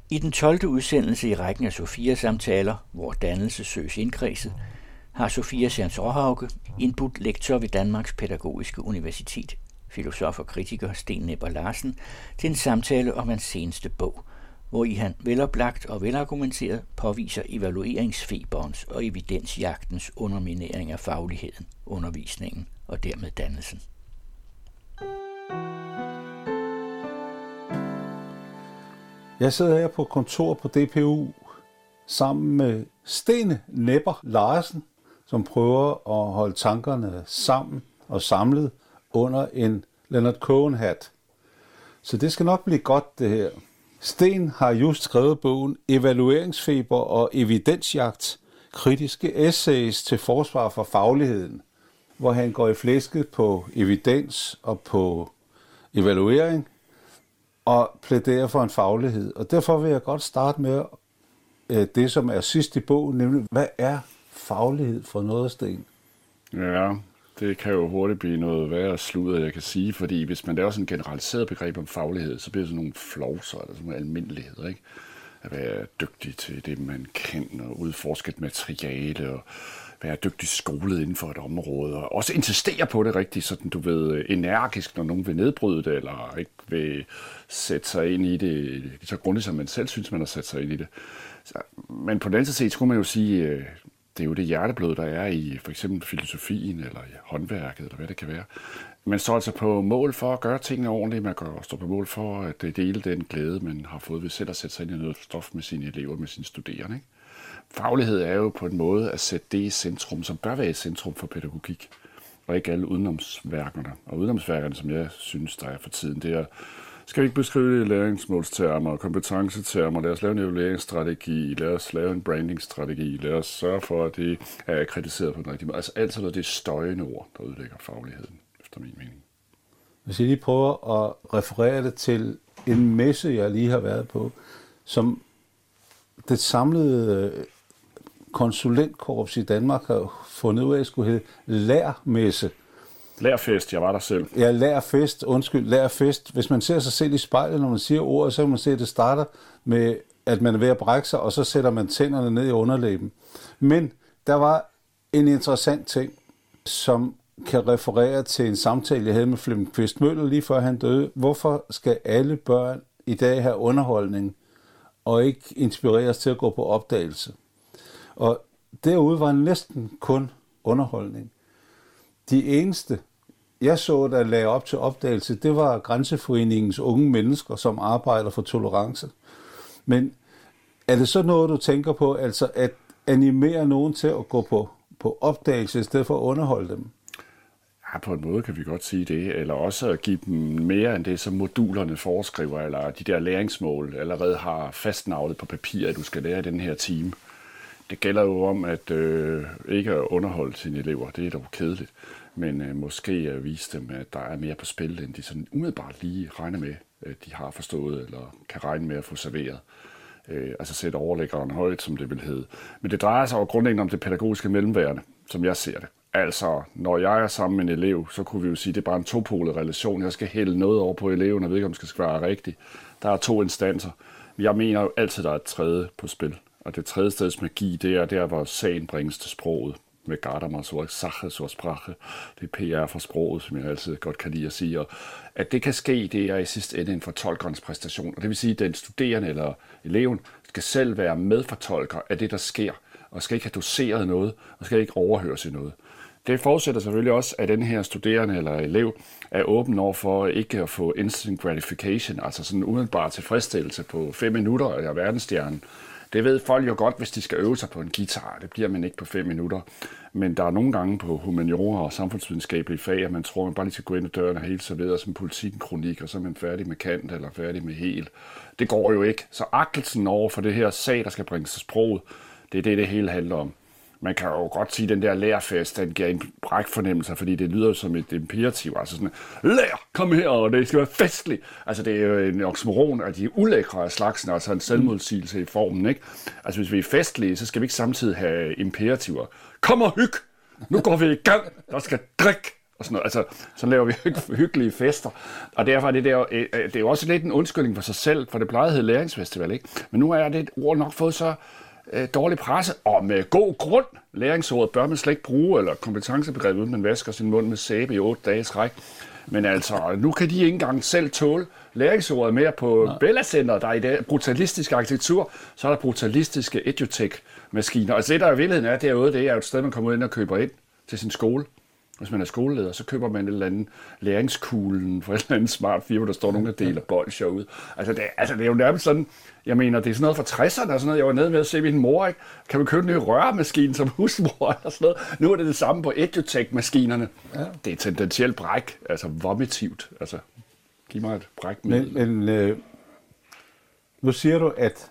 I den 12. udsendelse i rækken af Sofia-samtaler, hvor dannelse søges indkredset, har Sofia Schanz-Rohauge indbudt lektor ved Danmarks Pædagogiske Universitet, filosof og kritiker Sten Nepper Larsen, til en samtale om hans seneste bog, hvori han veloplagt og velargumenteret påviser evalueringsfeberens og evidensjagtens underminering af fagligheden, undervisningen og dermed dannelsen. Jeg sidder her på kontor på DPU sammen med Sten Nepper Larsen, som prøver at holde tankerne sammen og samlet under en Leonard Cohen-hat. Så det skal nok blive godt, det her. Sten har just skrevet bogen Evalueringsfeber og evidensjagt, kritiske essays til forsvar for fagligheden, hvor han går i flæsket på evidens og på evaluering og plæderer for en faglighed. Og derfor vil jeg godt starte med det, som er sidst i bogen, nemlig, hvad er faglighed for noget, Sten? Ja, det kan jo hurtigt blive noget værre sludder, jeg kan sige, fordi hvis man laver sådan en generaliseret begreb om faglighed, så bliver det sådan nogle flovser, eller sådan nogle almindeligheder, ikke? At være dygtig til det, man kan, og udforske et materiale, og være dygtig skolet inden for et område, og også insistere på det rigtigt, sådan du ved, energisk, når nogen vil nedbryde det, eller ikke vil sætte sig ind i det, så grundigt som man selv synes, man har sat sig ind i det. Men på den anden side skulle man jo sige, det er jo det hjerteblod, der er i for eksempel filosofien, eller i håndværket, eller hvad det kan være. Man står altså på mål for at gøre tingene ordentligt, man kan stå på mål for at dele den glæde, man har fået ved selv at sætte sig ind i noget stof med sine elever, med sine studerende, ikke? Faglighed er jo på en måde at sætte det i centrum, som bør være i centrum for pædagogik, og ikke alle udenomsværkerne. Og udenomsværkerne, som jeg synes, der er for tiden, det er, skal vi ikke beskrive det i læringsmålstermer og kompetencetermer, lad os lave en evalueringsstrategi, lad os lave en brandingstrategi, lad os sørge for, at det er kritiseret på den rigtige måde. Altså alt sådan noget, det er støjende ord, der udlægger fagligheden, efter min mening. Hvis jeg lige prøver at referere det til en messe, jeg lige har været på, som det samlede konsulentkorps i Danmark har fundet ud af, at skulle hedde lærmesse. Lærfest, jeg var der selv. Ja, lærfest. Hvis man ser sig selv i spejlet, når man siger ordet, så kan man se, at det starter med, at man er ved at brække sig, og så sætter man tænderne ned i underlæben. Men der var en interessant ting, som kan referere til en samtale, jeg havde med Flemming Kvist Møller lige før han døde. Hvorfor skal alle børn i dag have underholdning, og ikke inspireres til at gå på opdagelse? Og derude var næsten kun underholdning. De eneste, jeg så, der lagde op til opdagelse, det var Grænseforeningens unge mennesker, som arbejder for tolerance. Men er det så noget, du tænker på, altså at animere nogen til at gå på opdagelse, i stedet for at underholde dem? Ja, på en måde kan vi godt sige det, eller også at give dem mere end det, som modulerne foreskriver, eller de der læringsmål allerede har fastnavnet på papir, at du skal lære i den her time. Det gælder jo om at ikke at underholde sine elever, det er dog kedeligt, men måske at vise dem, at der er mere på spil, end de sådan umiddelbart lige regner med, at de har forstået, eller kan regne med at få serveret. Altså sætte overlæggeren højt, som det vil hedde. Men det drejer sig jo grundlæggende om det pædagogiske mellemværende, som jeg ser det. Altså, når jeg er sammen med en elev, så kunne vi jo sige, at det er bare en topolet relation. Jeg skal hælde noget over på eleven, og ved ikke, om det skal være rigtigt. Der er to instanser. Jeg mener jo altid, at der er et tredje på spil. Og det tredje steds magi, det er der, hvor sagen bringes til sproget. Med Gadamer, så Sache, så Sprache. Det er PR for sproget, som jeg altid godt kan lide at sige. Og at det kan ske, det er i sidste ende en fortolkerens præstation. Og det vil sige, at den studerende eller eleven skal selv være medfortolker af det, der sker. Og skal ikke have doseret noget, og skal ikke overhøres i noget. Det forudsætter selvfølgelig også, at den her studerende eller elev er åben over for ikke at få instant gratification, altså sådan umiddelbar tilfredsstillelse på 5 minutter af verdensstjernen. Det ved folk jo godt, hvis de skal øve sig på en guitar. Det bliver man ikke på 5 minutter. Men der er nogle gange på humaniora og samfundsvidenskabelige fag, at man tror, at man bare lige skal gå ind ad døren og helt serveret som politikkronik, og så er man færdig med kant eller færdig med hel. Det går jo ikke. Så agtelsen over for det her sag, der skal bringes til sproget, det er det hele handler om. Man kan jo godt sige, at den der lærfest, den giver en brækfornemmelse, fordi det lyder jo som et imperativ. Altså sådan, lær, kom her, og det skal være festligt. Altså det er jo en oxymoron af de ulækre af slagsen, altså en selvmodsigelse i formen, ikke? Altså hvis vi er festlige, så skal vi ikke samtidig have imperativer. Kom og hyg! Nu går vi i gang! Der skal drik! og sådan noget. Altså, så laver vi hyggelige fester. Og derfor er det er jo også lidt en undskyldning for sig selv, for det plejede at hedde læringsfestival, ikke? Men nu er det et ord nok fået så dårlig presse, og med god grund. Læringsordet bør man slet ikke bruge, eller kompetencebegreb, uden man vasker sin mund med sæbe i 8 dages træk. Men altså, nu kan de ikke engang selv tåle læringsordet mere på Bella Center, der er i det brutalistiske arkitektur, så er der brutalistiske edutech-maskiner. Altså det, der i virkeligheden er derude, det er jo et sted, man kommer ind og køber ind til sin skole. Hvis man er skoleleder, så køber man et eller andet læringskuglen for et eller andet smart firma, der står nogen, der deler bolsjer ud. Altså det er jo nærmest sådan, jeg mener, det er sådan noget fra 60'erne og sådan noget. Jeg var nede med at se min mor, ikke? Kan vi købe en ny røremaskine som husmor og sådan noget? Nu er det samme på edutech-maskinerne. Ja. Det er tendentielt bræk, altså vomitivt. Altså, giv mig et brækmiddel. Men nu siger du, at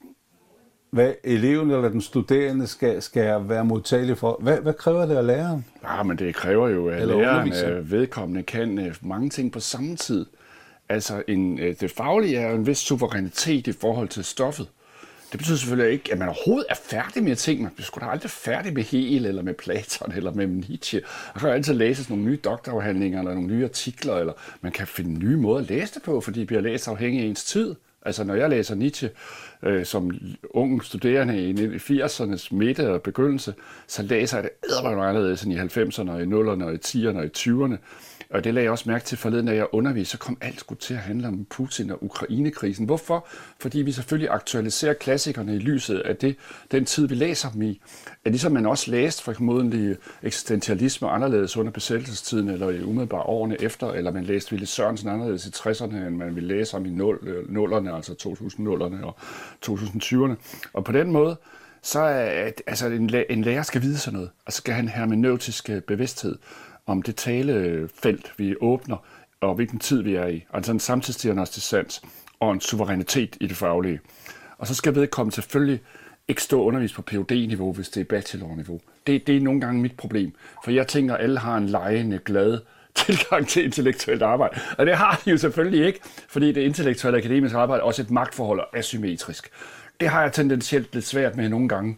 hvad eleven eller den studerende skal være modtagelig for. Hvad kræver det af læreren? Ja, men det kræver jo, at læreren vedkommende kan mange ting på samme tid. Altså, det faglige er jo en vis suverænitet i forhold til stoffet. Det betyder selvfølgelig ikke, at man overhovedet er færdig med ting. Man bliver sgu da aldrig færdig med Hegel, eller med Platon, eller med Nietzsche. Man kan altid læse nogle nye doktorafhandlinger, eller nogle nye artikler, eller man kan finde nye måder at læse det på, fordi det bliver læst afhængig af ens tid. Altså, når jeg læser Nietzsche som ung studerende i 80'ernes midte og begyndelse, så læser jeg det eddermame anderledes end i 90'erne, og i 0'erne, og i 10'erne, og i 20'erne. Og det lagde jeg også mærke til forleden, da jeg underviste, så kom alt sgu til at handle om Putin og Ukrainekrisen. Hvorfor? Fordi vi selvfølgelig aktualiserer klassikerne i lyset af den tid, vi læser dem i. At ligesom man også læste for formodentlig eksistentialisme anderledes under besættelsestiden, eller i umiddelbare årene efter, eller man læste Ville Sørensen anderledes i 60'erne, end man ville læse om i 0'erne, altså 2000'erne og 2020'erne. Og på den måde, så er altså en lærer skal vide sådan noget. Altså skal han have hermeneutisk bevidsthed om det talefelt, vi åbner, og hvilken tid vi er i. Altså en samtidsdiagnostisk og en suverænitet i det faglige. Og så skal vedkommende selvfølgelig ikke stå undervist på Ph.D.-niveau, hvis det er bachelor-niveau. Det er nogle gange mit problem. For jeg tænker, at alle har en legende, glad tilgang til intellektuelt arbejde. Og det har de jo selvfølgelig ikke, fordi det intellektuelle akademiske arbejde er også et magtforhold og asymmetrisk. Det har jeg tendentielt lidt svært med nogle gange.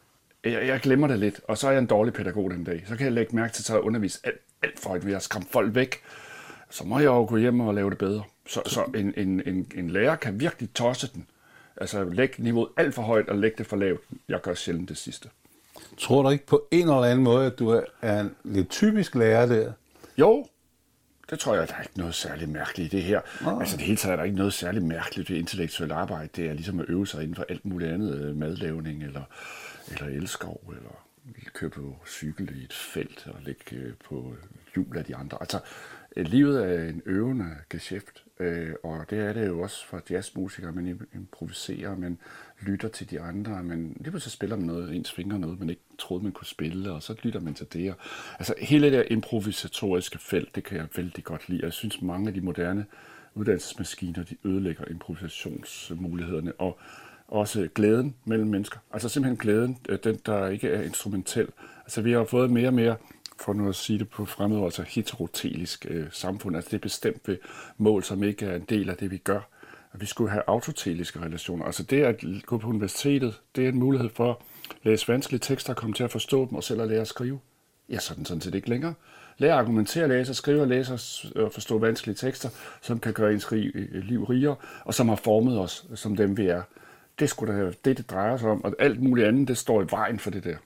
Jeg glemmer det lidt, og så er jeg en dårlig pædagog den dag. Så kan jeg lægge mærke til, at jeg underviser alt for højt ved at skræmme folk væk. Så må jeg jo gå hjem og lave det bedre. Så en lærer kan virkelig tosse den. Altså lægge niveauet alt for højt og lægge det for lavt. Jeg gør sjældent det sidste. Tror du ikke på en eller anden måde, at du er en lidt typisk lærer der? Jo, det tror jeg, der er ikke noget særligt mærkeligt i det her. Altså det hele taget er der ikke noget særligt mærkeligt ved intellektuelt arbejde. Det er ligesom at øve sig inden for alt muligt andet. Madlavning eller elskov, eller køre på cykel i et felt og ligge på hjul af de andre. Altså, livet er en øvende geschæft, og det er det jo også for jazzmusikere. Man improviserer, man lytter til de andre, men lige pludselig spiller man noget, ens fingre noget, man ikke troede, man kunne spille, og så lytter man til det. Altså, hele det improvisatoriske felt, det kan jeg vældig godt lide. Jeg synes, mange af de moderne uddannelsesmaskiner, de ødelægger improvisationsmulighederne, og også glæden mellem mennesker. Altså simpelthen glæden, den der ikke er instrumentel. Altså vi har fået mere og mere, for nu at sige det på fremmedord, altså heterotelisk samfund. Altså det er bestemt ved mål, som ikke er en del af det, vi gør. At vi skulle have autoteliske relationer. Altså det at gå på universitetet, det er en mulighed for at læse vanskelige tekster og komme til at forstå dem, og selv at lære at skrive. Ja, sådan set ikke længere. Lære at argumentere, læse, skrive og læse og forstå vanskelige tekster, som kan gøre ens liv rigere, og som har formet os som dem, vi er. Det skulle da det drejer sig om, og alt muligt andet, det står i vejen for det der.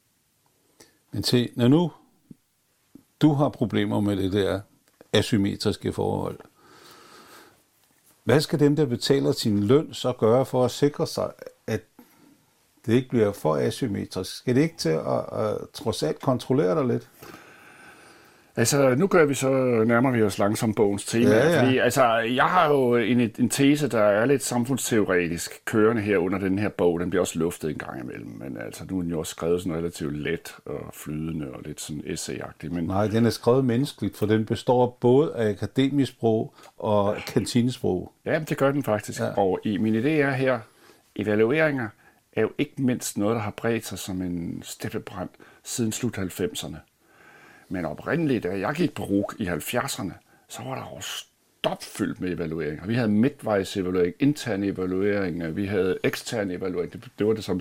Men se, når nu du har problemer med det der asymmetriske forhold, hvad skal dem, der betaler sin løn, så gøre for at sikre sig, at det ikke bliver for asymmetrisk? Skal det ikke til at trods alt kontrollere dig lidt? Altså, nu nærmer vi os langsomt bogens tema, ja. Fordi altså, jeg har jo en tese, der er lidt samfundsteoretisk kørende her under den her bog. Den bliver også luftet en gang imellem, men altså, nu er den jo også skrevet sådan relativt let og flydende og lidt sådan essayagtig. Men nej, den er skrevet menneskeligt, for den består både af akademisk sprog og kantinesprog. Ja, det gør den faktisk. Ja. Og min idé er her, evalueringer er jo ikke mindst noget, der har bredt sig som en steppebrand siden slut 90'erne. Men oprindeligt, da jeg gik på RUC i 70'erne, så var der jo stopfyldt med evalueringer. Vi havde midtvejsevaluering, intern evaluering, vi havde ekstern evaluering. Det var det samme som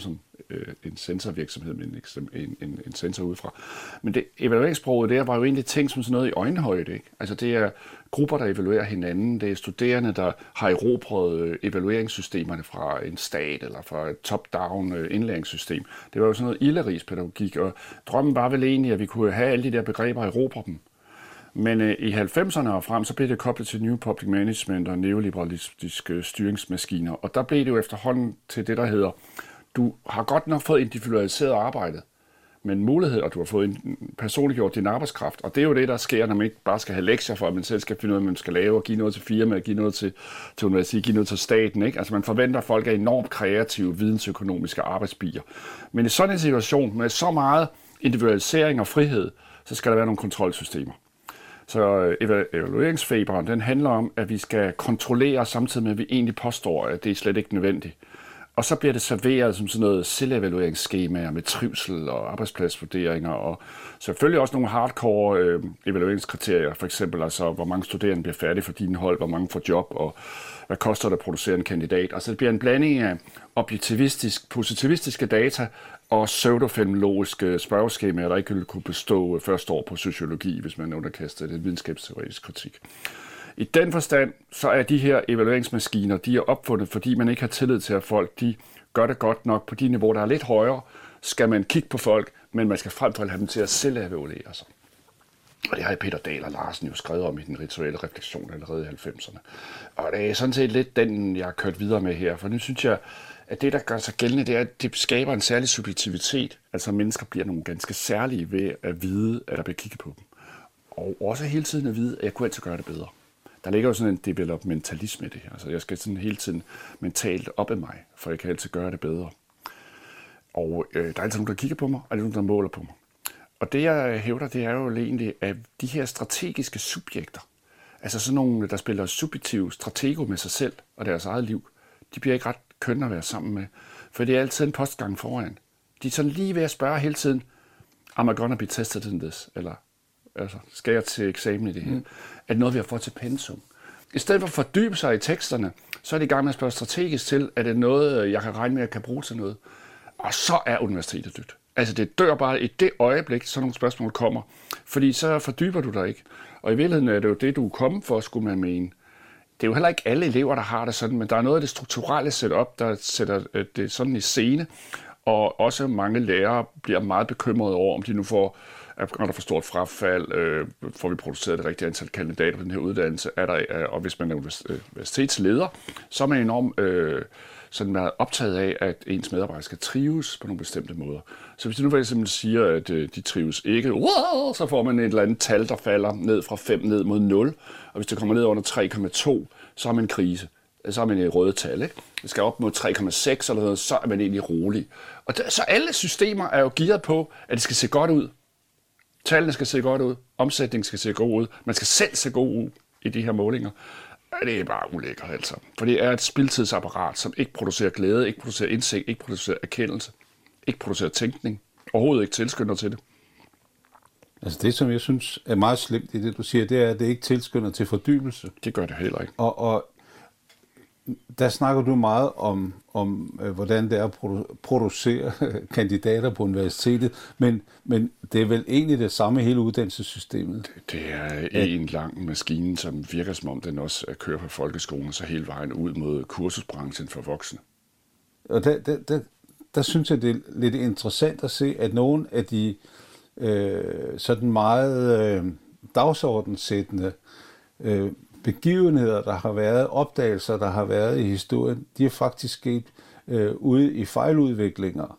en sensorvirksomhed med en sensor udefra. Men det evalueringssproget der var jo egentlig tænkt som sådan noget i øjenhøjde, ikke? Altså det er grupper, der evaluerer hinanden, det er studerende, der har erobret evalueringssystemerne fra en stat eller fra et top-down indlæringssystem. Det var jo sådan noget ilderigspædagogik, og drømmen var vel egentlig, at vi kunne have alle de der begreber og erobre dem. Men i 90'erne og frem, så blev det koblet til New Public Management og neoliberalistiske styringsmaskiner. Og der blev det jo efterhånden til det, der hedder, du har godt nok fået individualiseret arbejdet, men mulighed, og du har fået personliggjort din arbejdskraft. Og det er jo det, der sker, når man ikke bare skal have lektier for, at man selv skal finde ud af, hvad man skal lave, og give noget til firmaet, give noget til universitetet, give noget til staten. Ikke? Altså man forventer, at folk er enormt kreative, vidensøkonomiske arbejdsbier. Men i sådan en situation, med så meget individualisering og frihed, så skal der være nogle kontrolsystemer. Så evalueringsfeberen, den handler om, at vi skal kontrollere samtidig med, at vi egentlig påstår, at det er slet ikke nødvendigt. Og så bliver det serveret som sådan noget selvevalueringsskemaer med trivsel og arbejdspladsvurderinger, og selvfølgelig også nogle hardcore evalueringskriterier, for eksempel altså, hvor mange studerende bliver færdige for dine hold, hvor mange får job, og hvad koster det at producere en kandidat. Altså det bliver en blanding af positivistiske data og pseudofenomenologiske spørgeskemaer, der ikke ville kunne bestå første år på sociologi, hvis man underkaster det videnskabsteoretisk kritik. I den forstand, så er de her evalueringsmaskiner, de er opfundet, fordi man ikke har tillid til, at folk de gør det godt nok på de niveauer, der er lidt højere. Skal man kigge på folk, men man skal frem for at have dem til at selv evaluere sig. Og det har Peter Dahl og Larsen jo skrevet om i den rituelle refleksion allerede i 90'erne. Og det er sådan set lidt den, jeg har kørt videre med her, for nu synes jeg, at det, der gør sig gældende, det er, at det skaber en særlig subjektivitet. Altså mennesker bliver nogle ganske særlige ved at vide, at der bliver kigget på dem. Og også hele tiden at vide, at jeg kunne altid gøre det bedre. Der ligger jo sådan en developmentalisme i det her. Altså jeg skal sådan hele tiden mentalt op af mig, for jeg kan altid gøre det bedre. Og der er altid nogen, der kigger på mig, og der er nogen, der måler på mig. Og det, jeg hævder, det er jo egentlig, at de her strategiske subjekter, altså sådan nogle, der spiller subjektiv stratego med sig selv og deres eget liv, de bliver ikke ret kønne at være sammen med, for det er altid en postgang foran. De er sådan lige ved at spørge hele tiden, am I gonna be tested in this? Eller altså, skal jeg til eksamen i det her? Er det noget, vi har fået til pensum? I stedet for at fordybe sig i teksterne, så er de i gang med at spørge strategisk til, er det noget, jeg kan regne med, at jeg kan bruge til noget? Og så er universitetet dødt. Altså det dør bare i det øjeblik, så nogle spørgsmål kommer. Fordi så fordyber du dig ikke. Og i virkeligheden er det jo det, du er kommet for, skulle man mene. Det er jo heller ikke alle elever, der har det sådan, men der er noget af det strukturelle setup, der sætter det sådan i scene. Og også mange lærere bliver meget bekymrede over, om de nu får, når der får stort frafald, får vi produceret det rigtige antal kandidater på den her uddannelse, og hvis man er universitetsleder, så er man enormt sådan meget optaget af, at ens medarbejdere skal trives på nogle bestemte måder. Så hvis du nu simpelthen siger, at de trives ikke, så får man et eller andet tal, der falder ned fra 5 ned mod 0, og hvis det kommer ned under 3,2, så er man en krise. Så er man i røde tal, ikke? Det skal op mod 3,6 eller noget, så er man egentlig rolig. Og så alle systemer er jo gearet på, at det skal se godt ud. Tallene skal se godt ud. Omsætningen skal se god ud. Man skal selv se god ud i de her målinger. Og det er bare ulækkert altså. For det er et spildtidsapparat, som ikke producerer glæde, ikke producerer indsigt, ikke producerer erkendelse, ikke producerer tænkning. Overhovedet ikke tilskynder til det. Altså det, som jeg synes er meget slemt i det, du siger, det er, at det ikke tilskynder til fordybelse. Det gør det heller ikke. Og der snakker du meget om hvordan det er at producere kandidater på universitetet, men det er vel egentlig det samme hele uddannelsessystemet? Det er en lang maskine, som virker som om den også kører på folkeskolen, så hele vejen ud mod kursusbranchen for voksne. Og der synes jeg, det er lidt interessant at se, at nogle af de sådan meget dagsordenssættende begivenheder, der har været, opdagelser, der har været i historien, de er faktisk sket ude i fejludviklinger.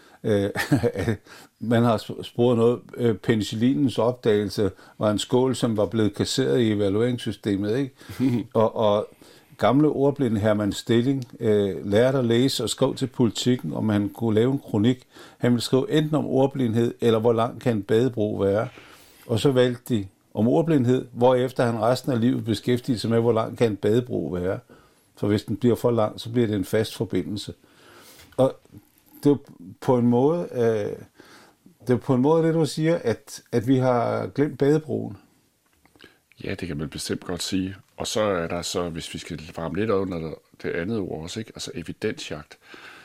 Man har sporet noget. Penicillinens opdagelse var en skål, som var blevet kasseret i evalueringssystemet, ikke? og gamle ordblinde Herman Stilling lærte at læse og skrev til Politikken, om han kunne lave en kronik. Han ville skrive enten om ordblindhed, eller hvor lang kan en badebro være. Og så valgte de om ordblindhed, hvorefter han resten af livet beskæftigede sig med, hvor lang kan en badebro være. For hvis den bliver for lang, så bliver det en fast forbindelse. Og det er på en måde, det du siger, at vi har glemt badebroen. Ja, det kan man bestemt godt sige. Og så er der så, hvis vi skal varme lidt under det andet ord også, ikke? Altså evidensjagt,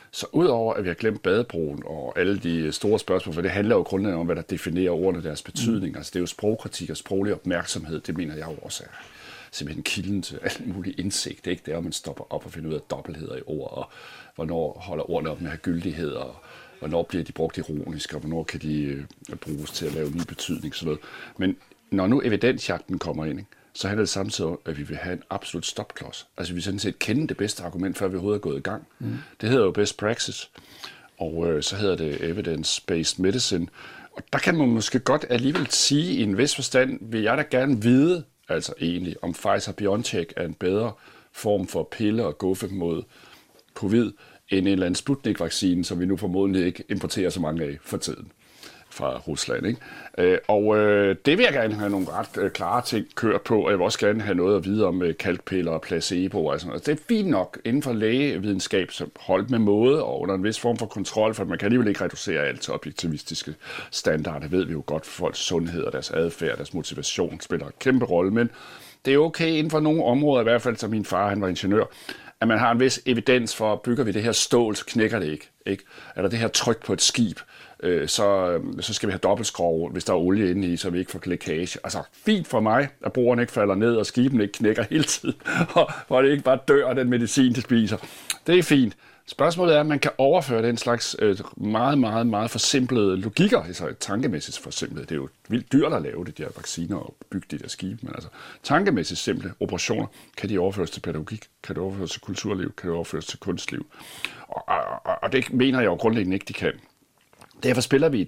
Så udover at vi har glemt badebroen og alle de store spørgsmål, for det handler jo grundlæggende om, hvad der definerer ordene deres betydning. Altså det er jo sprogkritik og sproglig opmærksomhed, det mener jeg jo også er simpelthen kilden til alt muligt indsigt. Ikke? Det er, at man stopper op og finder ud af dobbeltheder i ord, og hvornår holder ordene op med at have gyldighed, og hvornår bliver de brugt ironisk, og hvornår kan de bruges til at lave ny betydning. Sådan noget. Men når nu evidensjagten kommer ind, ikke? Så handler det samtidig om, at vi vil have en absolut stopklods. Altså vi vil sådan set kende det bedste argument, før vi overhovedet er gået i gang. Det hedder jo best practice, og så hedder det evidence-based medicine. Og der kan man måske godt alligevel sige, i en vis forstand, vil jeg da gerne vide, altså egentlig, om Pfizer-BioNTech er en bedre form for pille og guffe mod covid, end en eller anden Sputnik-vaccine, som vi nu formodentlig ikke importerer så mange af for tiden fra Rusland. Ikke? Og det vil jeg gerne have nogle ret klare ting kørt på, og jeg vil også gerne have noget at vide om kalkpiller og placebo og sådan noget. Det er fint nok inden for lægevidenskab, som holdt med måde og under en vis form for kontrol, for man kan alligevel ikke reducere alt til objektivistiske standarder. Det ved vi jo godt, for folks sundhed og deres adfærd, deres motivation spiller en kæmpe rolle, men det er okay inden for nogle områder, i hvert fald som min far, han var ingeniør, at man har en vis evidens for, at bygger vi det her stål, så knækker det ikke? Er der det her tryk på et skib, så skal vi have dobbeltskrog, hvis der er olie inde i, så vi ikke får lækage. Altså fint for mig, at brugerne ikke falder ned, og skibene ikke knækker hele tiden, og hvor det ikke bare dør af den medicin, de spiser. Det er fint. Spørgsmålet er, at man kan overføre den slags meget, meget, meget forsimplede logikker, altså tankemæssigt forsimplede. Det er jo vildt dyrt at lave det, de her vacciner og bygge de der skibe, men altså tankemæssigt simple operationer, kan de overføres til pædagogik, kan de overføres til kulturliv, kan de overføres til kunstliv. Og det mener jeg jo grundlæggende ikke, de kan. Derfor spiller vi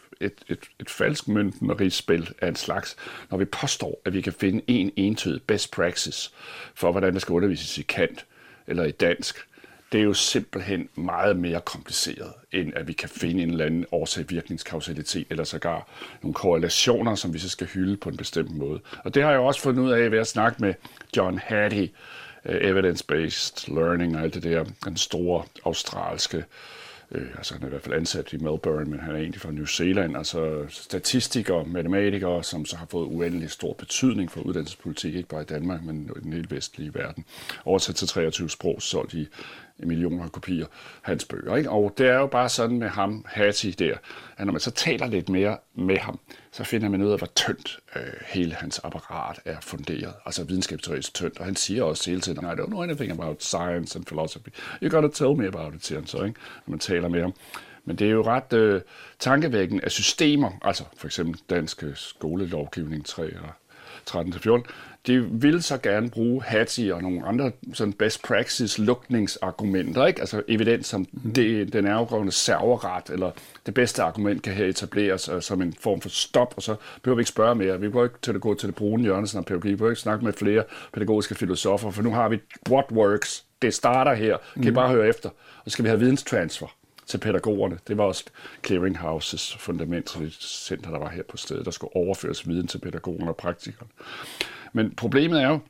et falskmønterispil af en slags, når vi påstår, at vi kan finde en entydig best practice for, hvordan der skal undervises i Kant eller i dansk. Det er jo simpelthen meget mere kompliceret, end at vi kan finde en eller anden årsag-virkningskausalitet, eller sågar nogle korrelationer, som vi så skal hylde på en bestemt måde. Og det har jeg også fundet ud af ved at snakke med John Hattie, evidence-based learning og alt det der, den store australske, altså han er i hvert fald ansat i Melbourne, men han er egentlig fra New Zealand, altså statistikere, matematikere, som så har fået uendelig stor betydning for uddannelsespolitik, ikke bare i Danmark, men i den hele vestlige verden. Oversat til 23 sprog, solgt i millioner af kopier hans bøger. Ikke? Og det er jo bare sådan med ham, Hattie der, at når man så taler lidt mere med ham, så finder man ud af, hvor tyndt hele hans apparat er funderet. Altså videnskabsteoretisk tyndt. Og han siger også hele tiden, I don't know anything about science and philosophy. You gotta tell me about it, siger han så, ikke? Når man taler med ham. Men det er jo ret tankevækkende af systemer, altså for eksempel dansk skolelovgivning 3 og 13-14, de vil så gerne bruge Hattie og nogle andre sådan best practice lukningsargumenter, ikke? Altså evidens som den afgørende serveret, eller det bedste argument kan her etableres som en form for stop, og så behøver vi ikke spørge mere. Vi behøver ikke til at gå til det brune hjørne af pædagogik. Vi behøver ikke snakke med flere pædagogiske filosofer, for nu har vi what works. Det starter her. Kan I bare høre efter? Og så skal vi have videnstransfer til pædagogerne. Det var også Clearinghouses fundament til det center, der var her på stedet, der skulle overføres viden til pædagogerne og praktikerne. Men problemet er jo,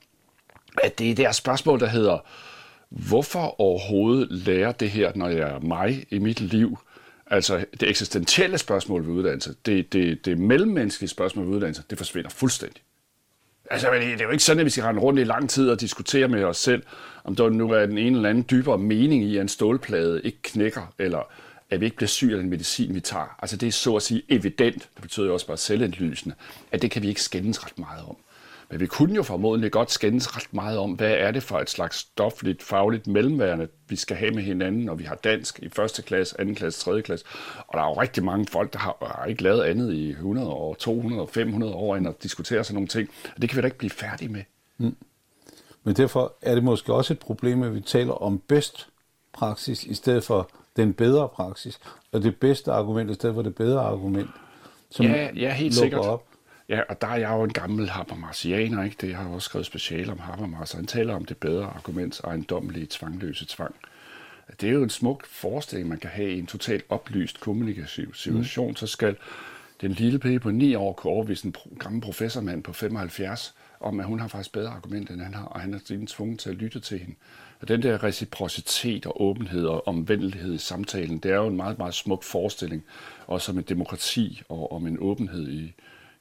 at det er der spørgsmål, der hedder, hvorfor overhovedet lære det her, når jeg er mig i mit liv? Altså det eksistentielle spørgsmål ved uddannelse, det mellemmenneskelige spørgsmål ved uddannelse, det forsvinder fuldstændig. Altså, det er jo ikke sådan, at vi skal rende rundt i lang tid og diskutere med os selv, om der nu er den ene eller anden dybere mening i, at en stålplade ikke knækker, eller at vi ikke bliver syge af den medicin, vi tager. Altså, det er så at sige evident, det betyder jo også bare selvindlysende, at det kan vi ikke skændes ret meget om. Men vi kunne jo formodentlig godt skændes ret meget om, hvad er det for et slags stofligt, fagligt mellemværende, vi skal have med hinanden, når vi har dansk i 1. klasse, 2. klasse, 3. klasse. Og der er jo rigtig mange folk, der har ikke lavet andet i 100 år, 200 og 500 år, end at diskutere sådan nogle ting. Og det kan vi da ikke blive færdige med. Men derfor er det måske også et problem, at vi taler om bedst praksis, i stedet for den bedre praksis. Og det bedste argument, i stedet for det bedre argument, som ja, helt sikkert. op. Ja, og der er jeg jo en gammel Habermasianer, ikke? Det har jeg også skrevet special om Habermas, og han taler om det bedre arguments ejendommelige, tvangløse tvang. Det er jo en smuk forestilling, man kan have i en totalt oplyst kommunikativ situation. Så skal den lille pige på 9 år kunne overvise en gammel professormand på 75 om, at hun har faktisk bedre argumenter, end han har, og han er tvunget til at lytte til hende. Og den der reciprocitet og åbenhed og omvendelighed i samtalen, det er jo en meget, meget smuk forestilling, også om et demokrati og om en åbenhed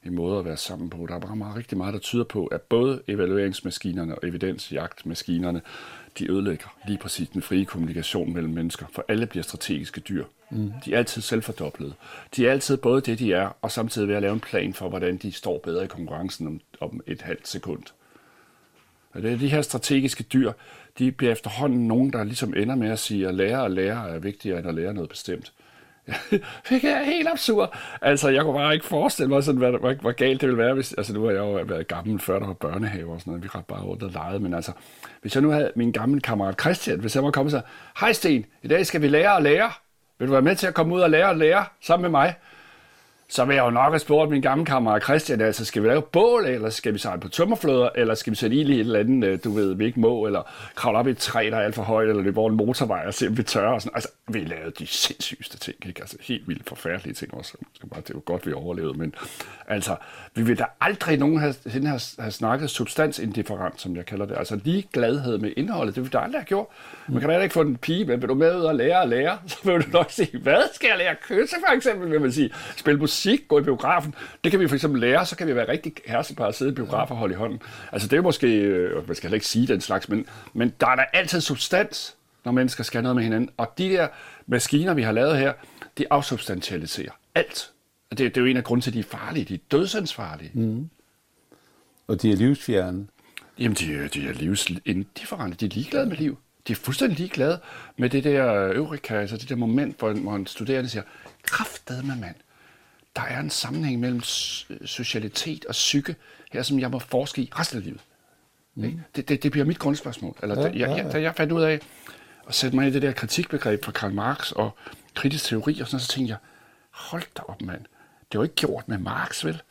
en måde at være sammen på. Der er bare rigtig meget, der tyder på, at både evalueringsmaskinerne og evidensjagtmaskinerne, de ødelægger lige præcis den frie kommunikation mellem mennesker, for alle bliver strategiske dyr. De er altid selvfordoblede. De er altid både det, de er, og samtidig ved at lave en plan for, hvordan de står bedre i konkurrencen om et halvt sekund. Og det er de her strategiske dyr, de bliver efterhånden nogen, der ligesom ender med at sige, at lære er vigtigere end at lære noget bestemt. Det er helt absurd. Altså, jeg kunne bare ikke forestille mig, sådan, hvor galt det ville være, hvis... Altså, nu har jeg jo været gammel, før der var børnehave og sådan noget. Vi har bare rundt og leget, men altså... Hvis jeg nu havde min gamle kammerat Christian, hvis jeg var kommet og sige, hej Sten, i dag skal vi lære at lære. Vil du være med til at komme ud og lære sammen med mig? Så vil jeg jo nok have spurgt min gamle kammerat Christian, altså skal vi lave bål, eller skal vi sejle på tømmerfløder, eller skal vi sætte ild i et eller andet, du ved, vi ikke må, eller kravle op i et træ, der er alt for højt, eller løbe over en motorvej og se, om vi tørrer. Og sådan. Altså, vi lavede de sindssygeste ting, ikke? Altså, helt vildt forfærdelige ting også. Det er jo godt, vi overlevede, men altså, vi vil da aldrig nogen have snakket substansindifferent, som jeg kalder det. Altså, ligegladhed med indholdet, det vil vi da aldrig have gjort. Man kan da ikke få en pige, men vil du med ud og lære, så vil du nok sige, hvad skal jeg lære? Kysse for eksempel, vil man sige. Spil musik, gå i biografen. Det kan vi for eksempel lære, så kan vi være rigtig herselpar at sidde i biografen og holde i hånden. Altså det er måske, man skal heller ikke sige den slags, men der er da altid substans, når mennesker skal noget med hinanden. Og de der maskiner, vi har lavet her, de afsubstantialiserer alt. Og det er jo en af grunden til, at de er farlige. De er dødsandsfarlige. Mm. Og de er livsfjerne. Jamen, de er livsindifferente. De er ligeglade med liv. De er fuldstændig ligeglade med det der eureka, altså det der moment, hvor en studerende siger, kraftedeme mand. Der er en sammenhæng mellem socialitet og psyke, her som jeg må forske i resten af livet. Mm. Det bliver mit grundspørgsmål. Eller da jeg fandt ud af at sætte mig i det der kritikbegreb fra Karl Marx og kritisk teori, og sådan, så tænkte jeg, hold da op mand, det var ikke gjort med Marx, vel?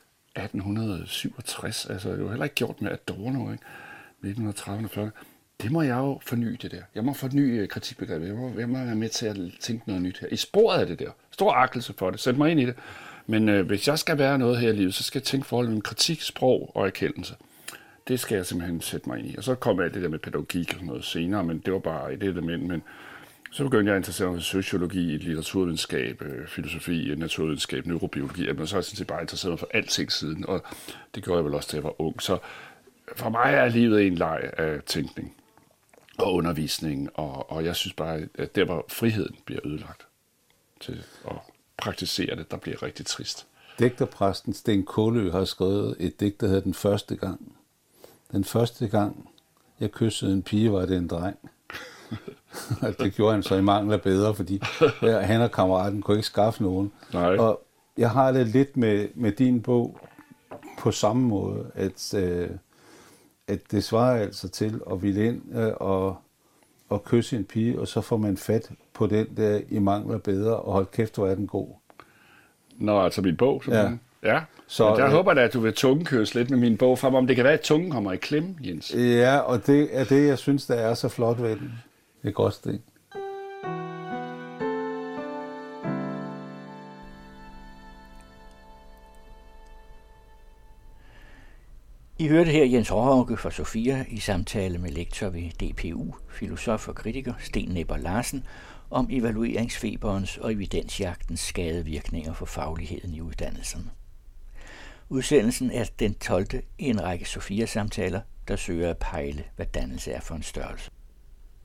1867, altså det var heller ikke gjort med Adorno, ikke? 1930'erne og 40'erne. Det må jeg jo forny det der. Jeg må forny kritikbegrebet. Jeg må være med til at tænke noget nyt her. I sporet af det der. Stor agtelse for det. Sæt mig ind i det. Men hvis jeg skal være noget her i livet, så skal jeg tænke forholdet mellem kritik, sprog og erkendelse. Det skal jeg simpelthen sætte mig ind i. Og så kom alt det der med pædagogik og noget senere, men det var bare et element. Men så begyndte jeg at interessere mig for sociologi, litteraturvidenskab, filosofi, naturvidenskab, neurobiologi. Men så har jeg sådan set bare interesseret mig for alting siden, og det gjorde jeg vel også, da jeg var ung. Så for mig er livet en leg af tænkning og undervisning, og jeg synes bare, at der hvor friheden bliver ødelagt til at praktisere det, der bliver rigtig trist. Digterpræsten Sten Kålø har skrevet et digt, der hedder Den første gang. Den første gang, jeg kyssede en pige, var det en dreng. Det gjorde han så i mangel af bedre, fordi han og kammeraten kunne ikke skaffe nogen. Nej. Og jeg har det lidt med din bog på samme måde, at det svarer altså til at ville ind og kysse en pige, og så får man fat på den der i mangel af bedre, og hold kæft, hvor er den god. Nå, altså min bog, simpelthen. Ja. Så jeg håber da, at du vil tungekøse lidt med min bog, frem om det kan være, at tungen kommer i klemme, Jens. Ja, og det er det, jeg synes, der er så flot ved den. Det er godt sted. I hørte her Jens Råhauke fra Sofia i samtale med lektor ved DPU, filosof og kritiker Sten Nepper Larsen, om evalueringsfeberens og evidensjagtens skadevirkninger for fagligheden i uddannelserne. Udsendelsen er den 12. i en række Sofia-samtaler, der søger at pejle, hvad dannelse er for en størrelse.